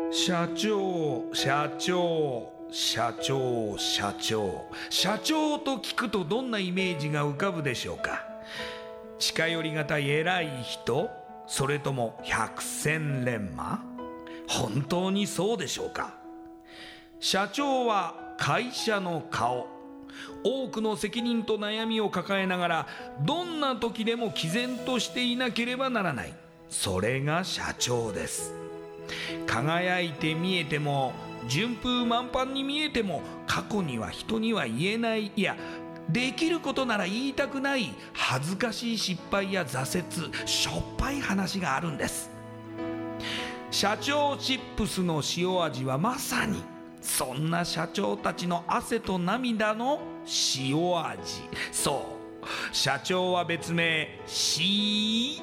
社長社長社長社長社長と聞くとどんなイメージが浮かぶでしょうか。近寄りがたい偉い人、それとも百戦錬磨。本当にそうでしょうか。社長は会社の顔、多くの責任と悩みを抱えながらどんな時でも毅然としていなければならない、それが社長です。輝いて見えても順風満帆に見えても、過去には人には言えない、いやできることなら言いたくない恥ずかしい失敗や挫折、しょっぱい話があるんです。社長チップスの塩味はまさにそんな社長たちの汗と涙の塩味。そう社長は別名 CEO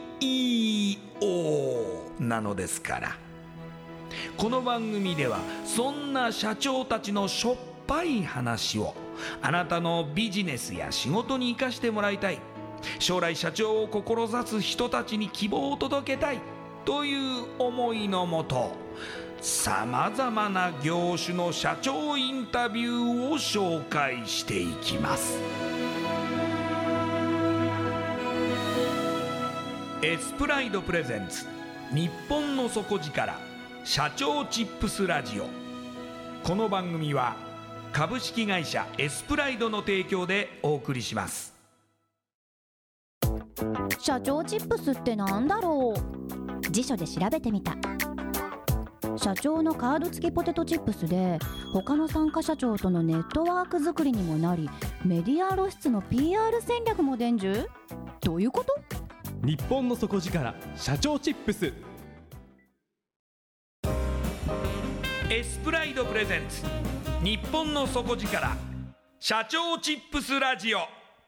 なのですから。この番組ではそんな社長たちのしょっぱい話をあなたのビジネスや仕事に生かしてもらいたい、将来社長を志す人たちに希望を届けたいという思いのもと、さまざまな業種の社長インタビューを紹介していきます。エスプライドプレゼンツ日本の底力社長チップスラジオ。この番組は株式会社エスプライドの提供でお送りします。 社長チップスってなんだろう。辞書で調べてみた。社長のカード付きポテトチップスで、他の参加社長とのネットワーク作りにもなり、メディア露出の PR 戦略も伝授。どういうこと？ 日本の底力社長チップス。 エスプライドプレゼンツ日本の底力社長チップスラジオ。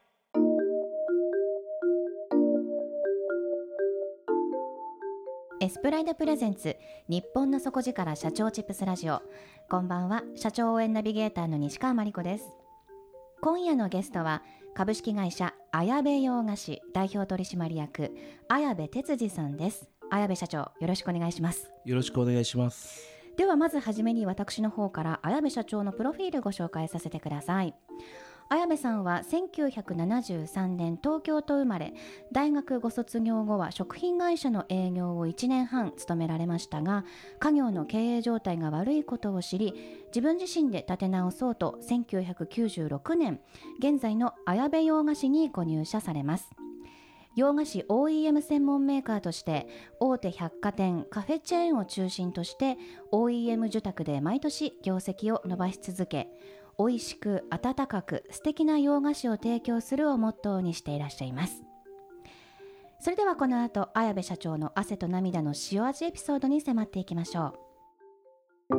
エスプライドプレゼンツ日本の底力社長チップスラジオ。こんばんは、社長応援ナビゲーターの西川真理子です。今夜のゲストは株式会社綾部洋菓子代表取締役綾部哲司さんです。綾部社長、よろしくお願いします。 よろしくお願いします。 ではまずはじめに私の方から綾部社長のプロフィールご紹介させてください。綾部さんは1973年東京と生まれ、大学ご卒業後は食品会社の営業を1年半務められましたが、家業の経営状態が悪いことを知り、自分自身で立て直そうと1996年現在の綾部洋菓子にご入社されます。洋菓子 OEM 専門メーカーとして大手百貨店カフェチェーンを中心として OEM 受託で毎年業績を伸ばし続け、美味しく温かく素敵な洋菓子を提供するをモットーにしていらっしゃいます。それではこの後、綾部社長の汗と涙の塩味エピソードに迫っていきましょう。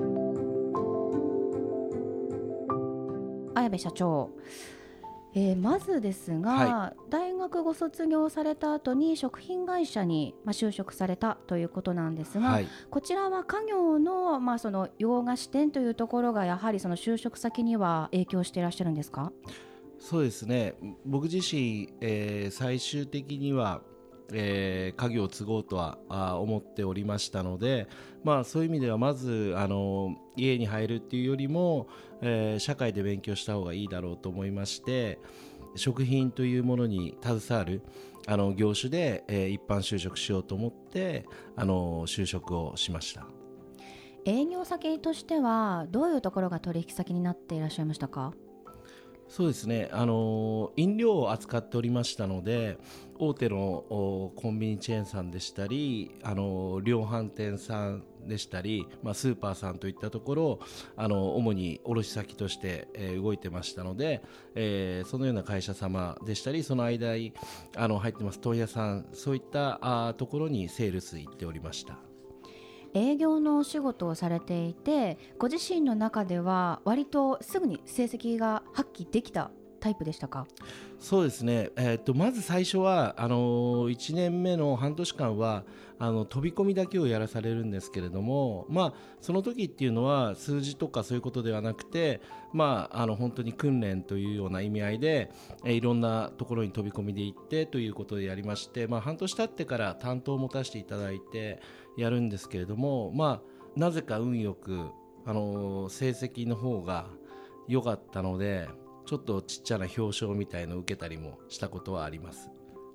綾部社長、まずですが、大学ご卒業された後に食品会社に、就職されたということなんですが、こちらは家業の、その洋菓子店というところがやはりその就職先には影響していらっしゃるんですか？ そうですね、僕自身、最終的には家業を継ごうとは思っておりましたので、そういう意味ではまず家に入るっていうよりも、社会で勉強した方がいいだろうと思いまして、食品というものに携わる業種で、一般就職しようと思って就職をしました。 営業先としてはどういうところが取引先になっていらっしゃいましたか？ そうですね、飲料を扱っておりましたので、大手のコンビニチェーンさんでしたり、量販店さんでしたり、スーパーさんといったところを主に卸先として、動いてましたので、そのような会社様でしたり、その間に入ってます問屋さん、そういったところにセールス行っておりました。 営業のお仕事をされていて、ご自身の中では割とすぐに成績が発揮できたタイプでしたか？ そうですね、まず最初は1年目の半年間は飛び込みだけをやらされるんですけれども、その時っていうのは数字とかそういうことではなくて、本当に訓練というような意味合いで、いろんなところに飛び込みで行ってということでやりまして、半年経ってから担当を持たせていただいてやるんですけれども、 なぜか運よく、成績の方が良かったので、ちょっとちっちゃな表彰みたいのを受けたりもしたことはあります。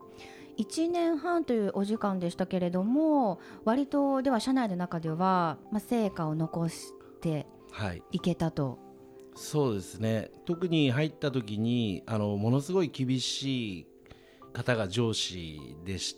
1年半というお時間でしたけれども、割とでは社内の中では、成果を残していけたと。 そうですね。特に入った時にものすごい厳しい方が上司でして、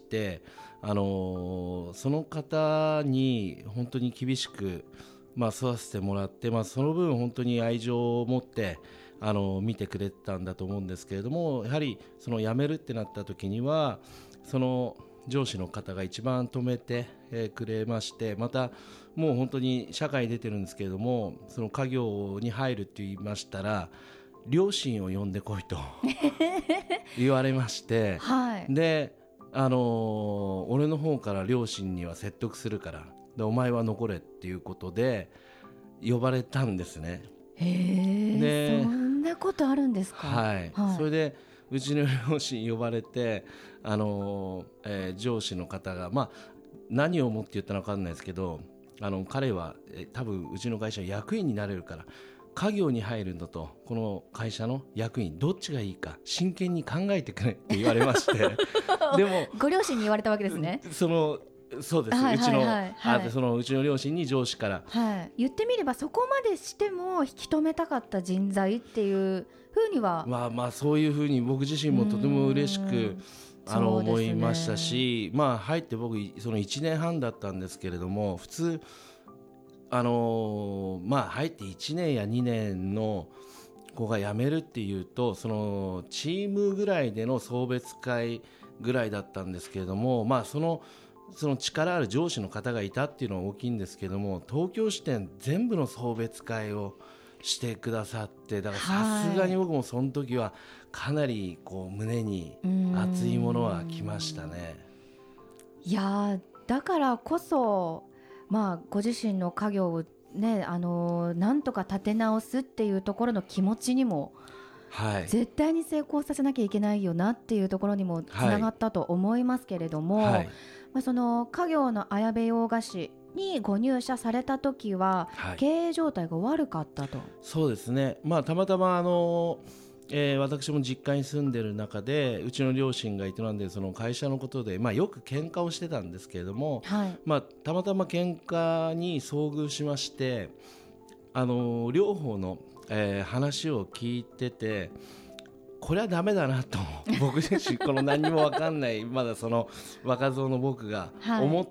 その方に本当に厳しく、育ててもらって、その分本当に愛情を持って見てくれたんだと思うんですけれども、やはりその辞めるってなった時にはその上司の方が一番止めてくれまして、またもう本当に社会に出てるんですけれども、その家業に入るって言いましたら両親を呼んでこいと言われまして、 はい、 で俺の方から両親には説得するからでお前は残れっていうことで呼ばれたんですね。 へえ、そんなことあるんですか。 はい、 はい、 それでうちの両親呼ばれて、上司の方が、何を思って言ったのか分かんないですけど、彼は多分うちの会社の役員になれるから家業に入るのとこの会社の役員どっちがいいか真剣に考えてくれって言われましてでもご両親に言われたわけですね。 そうです、 はいはいはいはい、 うちの両親に上司から、 はい、言ってみればそこまでしても引き止めたかった人材っていうふうには、 そういうふうに僕自身もとても嬉しく思いましたし、入って僕その1年半だったんですけれども、普通入って1年や2年の子が辞めるっていうとそのチームぐらいでの送別会ぐらいだったんですけれども、その力ある上司の方がいたっていうのは大きいんですけども、東京支店全部の送別会をしてくださって、だからさすがに僕もその時はかなり胸に熱いものはきましたね。 いやだからこそ、ご自身の家業をね、なんとか立て直すっていうところの気持ちにも、絶対に成功させなきゃいけないよなっていうところにもつながったと思いますけれども、その家業の綾部洋菓子にご入社された時は、経営状態が悪かったと。 そうですね、たまたま私も実家に住んでる中でうちの両親が営んでいるその会社のことで、よく喧嘩をしてたんですけれども、たまたま喧嘩に遭遇しまして、両方の、話を聞いてて、これはダメだなと僕自身この何も分かんないまだその若造の僕が思って、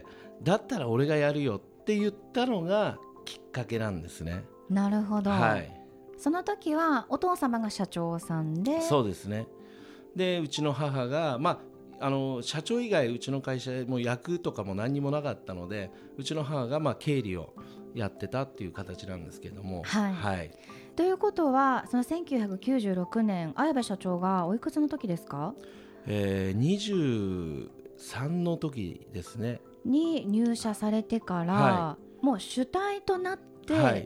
だったら俺がやるよって言ったのがきっかけなんですね。 なるほど、その時はお父様が社長さんで。 そうですね。でうちの母が、社長以外うちの会社も役とかも何にもなかったので、うちの母が経理をやってたっていう形なんですけども、 ということはその1996年綾部社長がおいくつの時ですか ？23の時ですねに入社されてから、もう主体となって、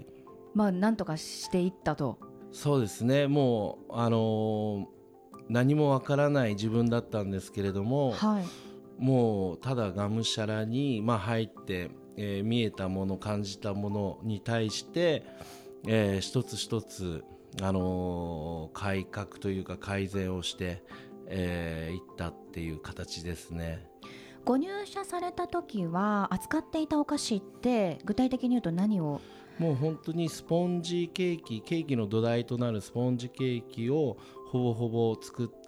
なんとかしていったと。 そうですね。もう何もわからない自分だったんですけれども、もうただがむしゃらに、入って、見えたもの感じたものに対して、一つ一つ、改革というか改善をして、いったっていう形ですね。 ご入社された時は扱っていたお菓子って具体的に言うと何を？ もう本当にスポンジケーキの土台となるスポンジケーキをほぼほぼ作って、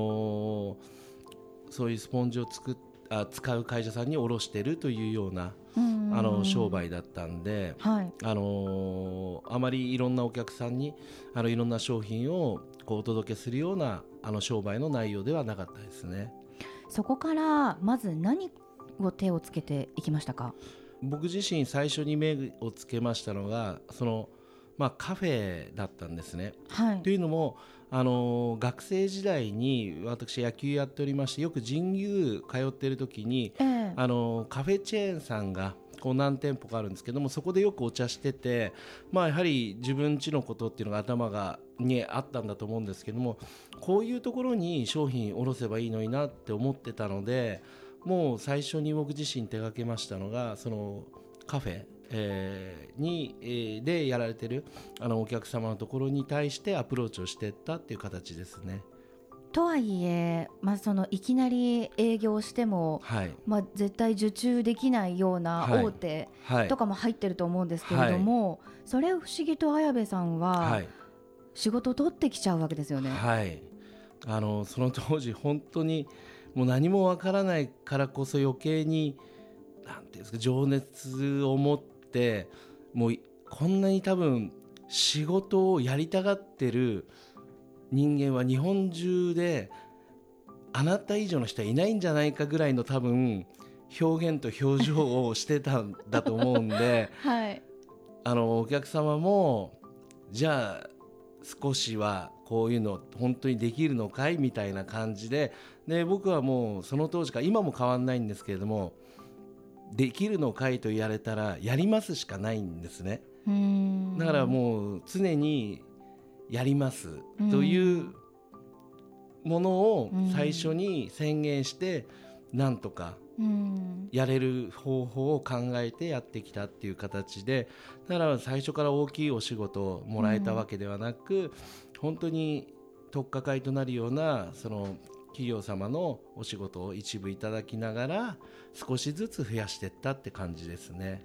そういうスポンジを使う会社さんに卸しているというような商売だったんで、あまりいろんなお客さんにいろんな商品をお届けするような商売の内容ではなかったですね。 そこからまず何を手をつけていきましたか？ 僕自身最初に目をつけましたのがカフェだったんですね。というのも学生時代に私野球やっておりまして、よく神宮通っている時に、カフェチェーンさんが何店舗かあるんですけども、そこでよくお茶してて、やはり自分家のことっていうのが頭にあったんだと思うんですけども、こういうところに商品を卸せばいいのになって思ってたので、もう最初に僕自身手掛けましたのがそのカフェ、 でやられてるお客様のところに対してアプローチをしていったっていう形ですね。 とはいえ、そのいきなり営業しても、 はい、 絶対受注できないような大手とかも入ってると思うんですけれども、それを不思議と綾部さんは仕事を取ってきちゃうわけですよね。 はい、その当時本当にもう何もわからないからこそ余計になんていうんですか、情熱を持ってもうこんなに多分仕事をやりたがってる人間は日本中であなた以上の人はいないんじゃないかぐらいの多分表現と表情をしてたんだと思うんで、 はい、 お客様もじゃあ少しはこういうの本当にできるのかいみたいな感じで、僕はもうその当時から今も変わんないんですけれども、できるのかいと言われたらやりますしかないんですね。だからもう常にやりますというものを最初に宣言してなんとかやれる方法を考えてやってきたっていう形で、だから最初から大きいお仕事をもらえたわけではなく、本当に取っかかりとなるようなその企業様のお仕事を一部いただきながら少しずつ増やしていったって感じですね。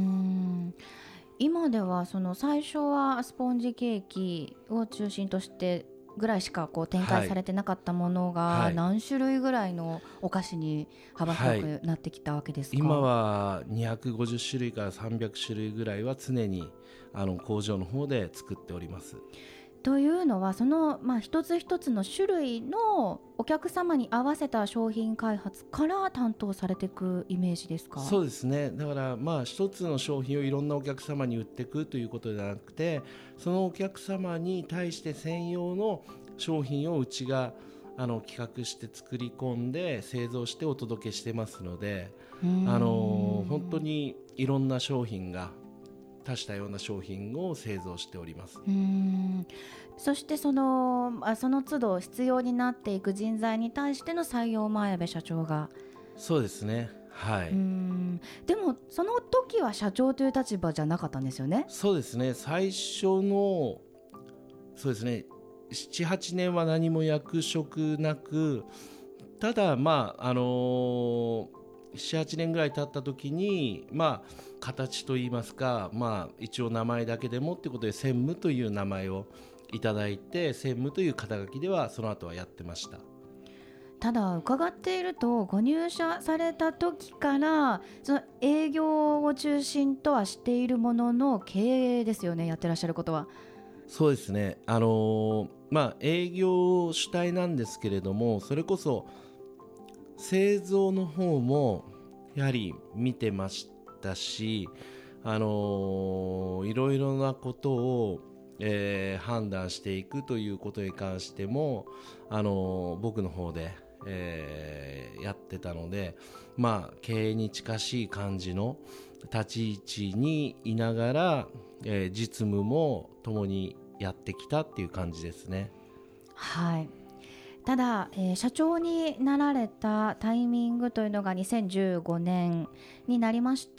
今ではその最初はスポンジケーキを中心としてぐらいしかこう展開されてなかったものが何種類ぐらいのお菓子に幅広くなってきたわけですか？ 今は250種類から300種類ぐらいは常に工場の方で作っております。 というのはその、一つ一つの種類のお客様に合わせた商品開発から担当されていくイメージですか？ そうですね。だから一つの商品をいろんなお客様に売っていくということではなくて、そのお客様に対して専用の商品をうちが企画して作り込んで製造してお届けしてますので、本当にいろんな商品が多種多様な商品を製造しております。 そしてその都度必要になっていく人材に対しての採用も綾部社長が。 そうですね、はい。 でもその時は社長という立場じゃなかったんですよね？ そうですね。最初のそうですね 7,8 年は何も役職なく、ただ7,8 年ぐらい経った時に形といいますか、一応名前だけでもということで専務という名前をいただいて、専務という肩書きではその後はやってました。 ただ伺っているとご入社された時からその営業を中心とはしているものの経営ですよね、やってらっしゃることは。 そうですね、営業主体なんですけれども、それこそ製造の方もやはり見てましたし、いろいろなことを、判断していくということに関しても僕の方で、やってたので、経営に近しい感じの立ち位置にいながら、実務も共にやってきたっていう感じですね。 はい。ただ、社長になられたタイミングというのが2015年になりまして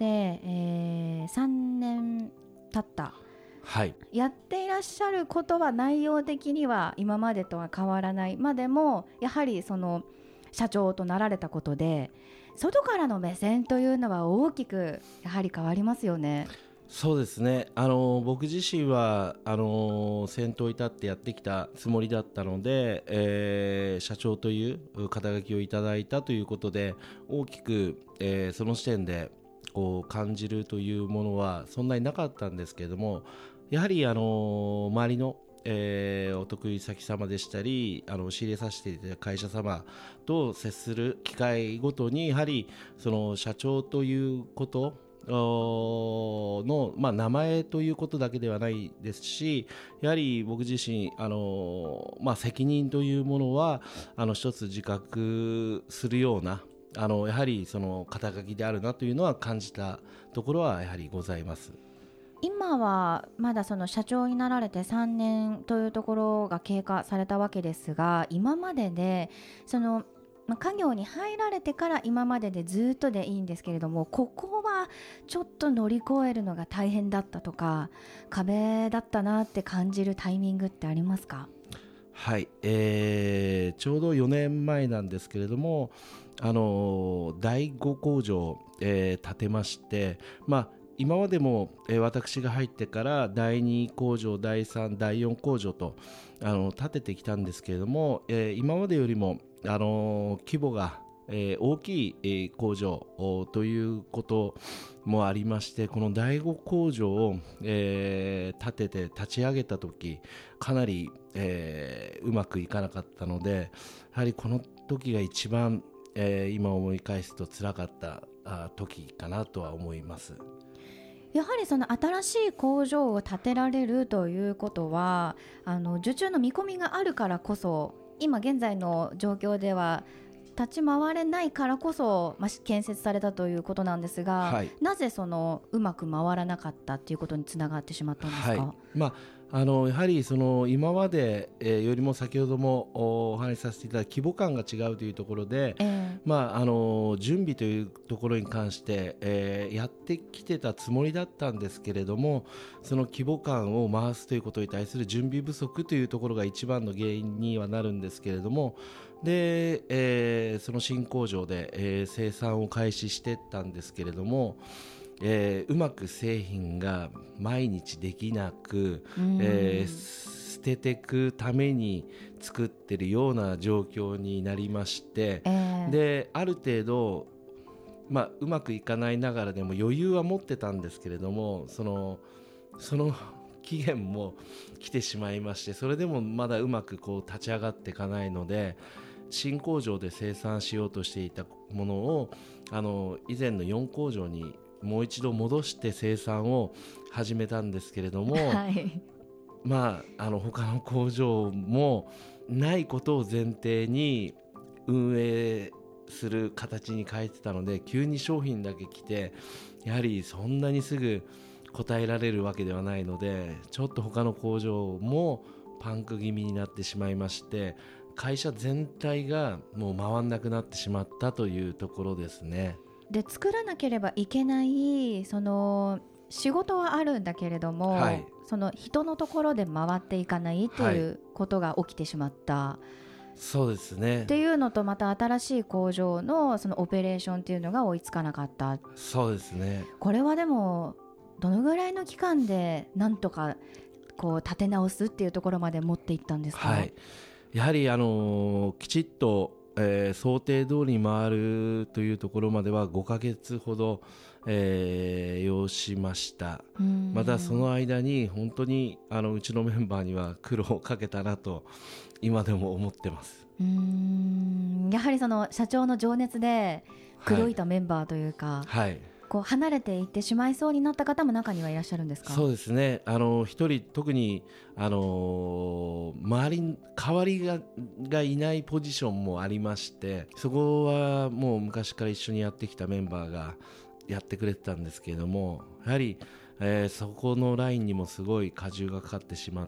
、3年経った、 はい、 やっていらっしゃることは内容的には今までとは変わらないでもやはりその社長となられたことで外からの目線というのは大きくやはり変わりますよね。 そうですね、僕自身は先頭に立ってやってきたつもりだったので、社長という肩書きをいただいたということで大きく、その時点でこう感じるというものはそんなになかったんですけれども、やはり周りのお得意先様でしたり仕入れさせていただいた会社様と接する機会ごとにやはりその社長ということの、名前ということだけではないですし、やはり僕自身責任というものは一つ自覚するようなやはりその肩書きであるなというのは感じたところはやはりございます。 今はまだその社長になられて3年というところが経過されたわけですが、今まででその家業に入られてから今まででずっとでいいんですけれども、ここはちょっと乗り越えるのが大変だったとか壁だったなって感じるタイミングってありますか？ はい、ちょうど4年前なんですけれども、第5工場、建てまして、今までも、私が入ってから第2工場、第3、第4工場と建ててきたんですけれども、今までよりも、規模が、大きい、工場ということもありまして、この第5工場を、立ち上げた時かなり、うまくいかなかったので、やはりこの時が一番、今思い返すと辛かった時かなとは思います。 やはりその新しい工場を建てられるということは受注の見込みがあるからこそ、今現在の状況では立ち回れないからこそ、建設されたということなんですが、 はい、 なぜそのうまく回らなかったということにつながってしまったんですか？ やはりその今まで、よりも先ほどもお話しさせていただいた規模感が違うというところで、準備というところに関して、やってきてたつもりだったんですけれども、その規模感を回すということに対する準備不足というところが一番の原因にはなるんですけれども、で、その新工場で、生産を開始していったんですけれども、うまく製品が毎日できなく、捨てていくために作ってるような状況になりまして、である程度、うまくいかないながらでも余裕は持ってたんですけれども、その期限も来てしまいまして、それでもまだうまくこう立ち上がっていかないので、新工場で生産しようとしていたものを以前の4工場にもう一度戻して生産を始めたんですけれども、 はい、 他の工場もないことを前提に運営する形に変えてたので、急に商品だけ来てやはりそんなにすぐ応えられるわけではないので、ちょっと他の工場もパンク気味になってしまいまして、会社全体がもう回んなくなってしまったというところですね。 で作らなければいけないその仕事はあるんだけれども、その人のところで回っていかないということが起きてしまった、 そうですねっていうのと、また新しい工場のそのオペレーションっていうのが追いつかなかった。 そうですね。 これはでもどのぐらいの期間でなんとかこう立て直すっていうところまで持っていったんですか？ やはりきちっと想定通りに回るというところまでは5ヶ月ほど、要しました。またその間に本当にうちのメンバーには苦労をかけたなと今でも思ってます。 やはりその社長の情熱で口説いたメンバーというか、こう離れていってしまいそうになった方も中にはいらっしゃるんですか？そうですね、 一人特に周りに代わりがいないポジションもありまして、そこはもう昔から一緒にやってきたメンバーがやってくれてたんですけれども、やはり、そこのラインにもすごい荷重がかかってしまって、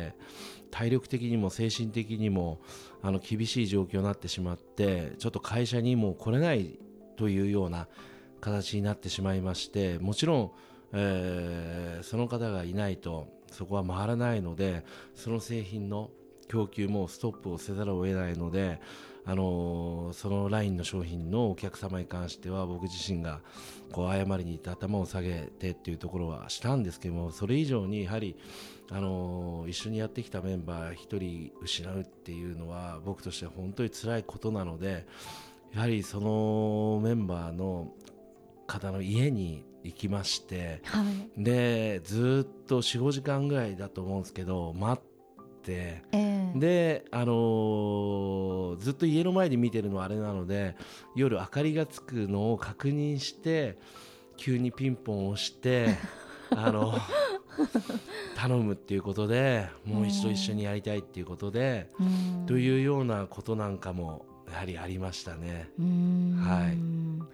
体力的にも精神的にも厳しい状況になってしまって、ちょっと会社にも来れないというような形になってしまいまして、もちろん、その方がいないとそこは回らないので、その製品の供給もストップをせざるを得ないので、そのラインの商品のお客様に関しては僕自身がこう謝りに行って頭を下げてっていうところはしたんですけども、それ以上にやはり一緒にやってきたメンバー一人失うっていうのは僕としては本当に辛いことなので、やはりそのメンバーの方の家に行きまして、でずっと 4,5 時間ぐらいだと思うんですけど待って、で、ずっと家の前で見てるのはあれなので、夜明かりがつくのを確認して急にピンポンを押して頼むっていうことで、もう一度一緒にやりたいっていうことでというようなことなんかもやはりありましたね。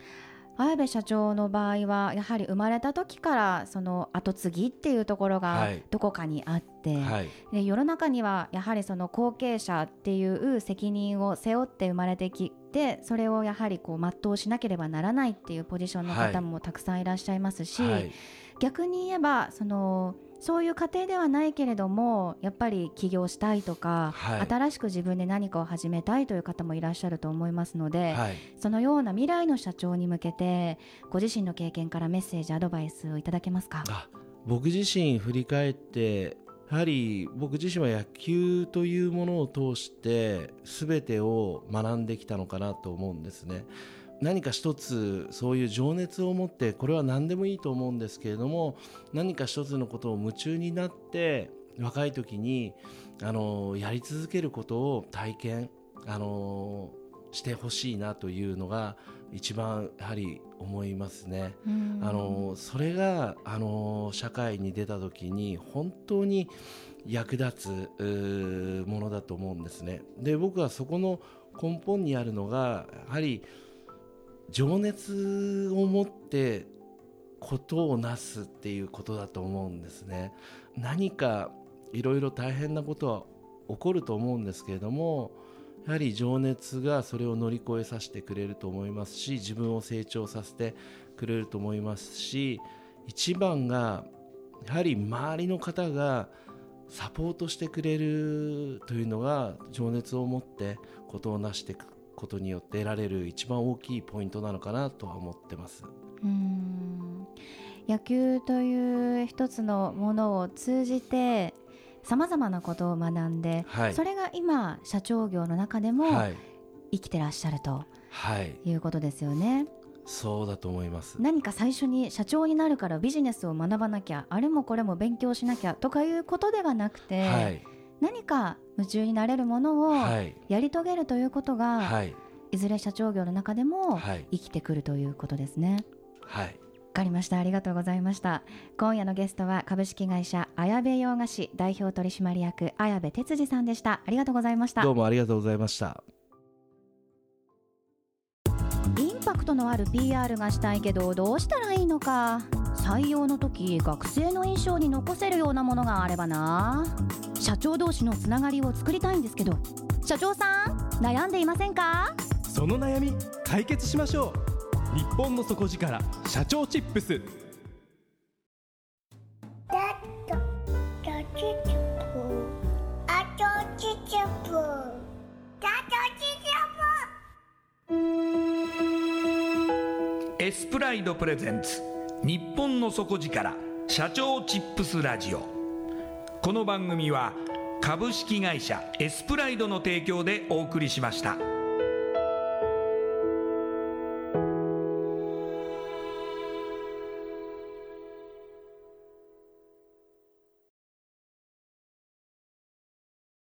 綾部社長の場合はやはり生まれた時からその後継ぎっていうところがどこかにあって、はい、で世の中にはやはりその後継者っていう責任を背負って生まれてきて、それをやはりこう全うしなければならないっていうポジションの方もたくさんいらっしゃいますし、はい、逆に言えばそういう過程ではないけれどもやっぱり起業したいとか、はい、新しく自分で何かを始めたいという方もいらっしゃると思いますので、はい、そのような未来の社長に向けてご自身の経験からメッセージアドバイスをいただけますか？ 僕自身振り返ってやはり僕自身は野球というものを通して全てを学んできたのかなと思うんですね。何か一つそういう情熱を持って、これは何でもいいと思うんですけれども、何か一つのことを夢中になって若い時にやり続けることを体験してほしいなというのが一番やはり思いますね。それが社会に出た時に本当に役立つものだと思うんですね。で、僕はそこの根本にあるのがやはり情熱を持ってことをなすっていうことだと思うんですね。何かいろいろ大変なことは起こると思うんですけれども、やはり情熱がそれを乗り越えさせてくれると思いますし、自分を成長させてくれると思いますし、一番がやはり周りの方がサポートしてくれるというのが情熱を持ってことをなしていくことによって得られる一番大きいポイントなのかなとは思ってます。 野球という一つのものを通じてさまざまなことを学んで、はい、それが今社長業の中でも生きてらっしゃると、はい、いうことですよね。 そうだと思います。 何か最初に社長になるからビジネスを学ばなきゃ、あれもこれも勉強しなきゃとかいうことではなくて、はい、何か夢中になれるものをやり遂げるということが、はい、いずれ社長業の中でも生きてくるということですね。 はい、 わかりました。ありがとうございました。今夜のゲストは株式会社綾部洋菓子代表取締役綾部哲司さんでした。ありがとうございました。 どうもありがとうございました。 インパクトのある PR がしたいけどどうしたらいいのか。採用の時学生の印象に残せるようなものがあればな。社長同士のつながりを作りたいんですけど、社長さん悩んでいませんか？ その悩み解決しましょう。日本の底力社長チップス。 エスプライドプレゼンツ日本の底力社長チップスラジオ。この番組は株式会社エスプライドの提供でお送りしました。